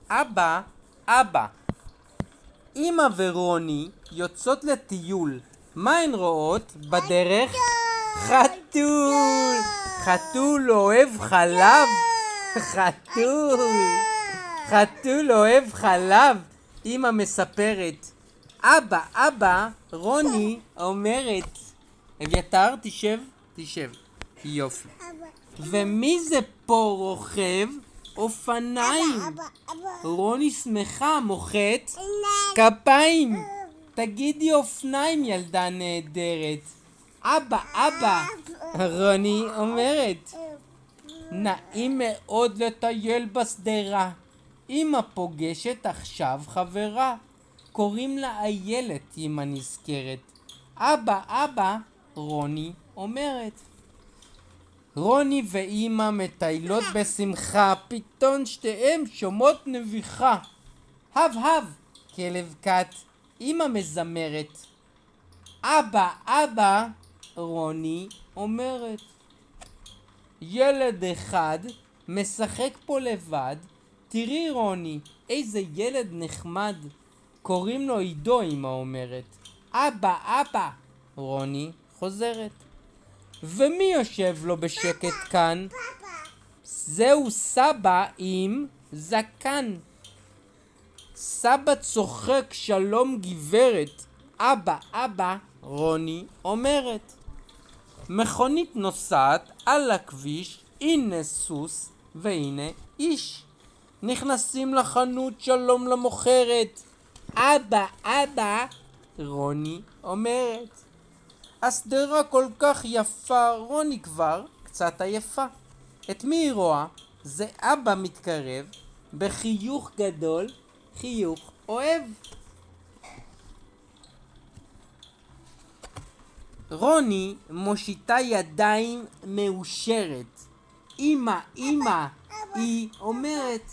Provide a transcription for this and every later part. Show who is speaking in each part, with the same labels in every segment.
Speaker 1: אבא, אבא. אמא ורוני יוצאות לטיול. מה הן רואות בדרך? חתול! חתול אוהב חלב? חתול אוהב חלב. אמא מספרת. אבא, אבא, רוני אומרת. אביתר, תשב. יופי. ומי זה פה רוכב? אופניים. רוני שמחה, מוחאת כפיים. תגידי אופניים, ילדה נהדרת. אבא, אבא, רוני אומרת. נעים מאוד לטייל בשדרה. אמא פוגשת עכשיו חברה. קוראים לה איילת, אמא נזכרת. אבא, אבא, רוני אומרת. רוני ואמא מטיילות בשמחה, פתאום שתיהם שומעות נביחה. הב הב, כלב כת, אמא מזמרת. אבא, אבא, רוני אומרת. ילד אחד משחק פה לבד. תראי רוני, איזה ילד נחמד. קוראים לו עידו, אמא אומרת. אבא, אבא, רוני חוזרת. ומי יושב לו בשקט כאן? זהו סבא עם זקן. סבא צוחק, שלום גברת. אבא, אבא, רוני אומרת. מכונית נוסעת על הכביש, הנה סוס והנה איש. נכנסים לחנות, שלום למוכרת. אבא, אבא, רוני אומרת. הסדרה כל כך יפה, רוני כבר קצת עייפה. את מי היא רואה? זה אבא מתקרב, בחיוך גדול, חיוך אוהב. רוני מושיטה ידיים מאושרת. אמא, אמא, היא אומרת.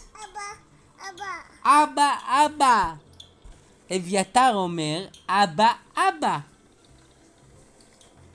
Speaker 1: אבא, אבא. אביתר אומר, אבא, אבא.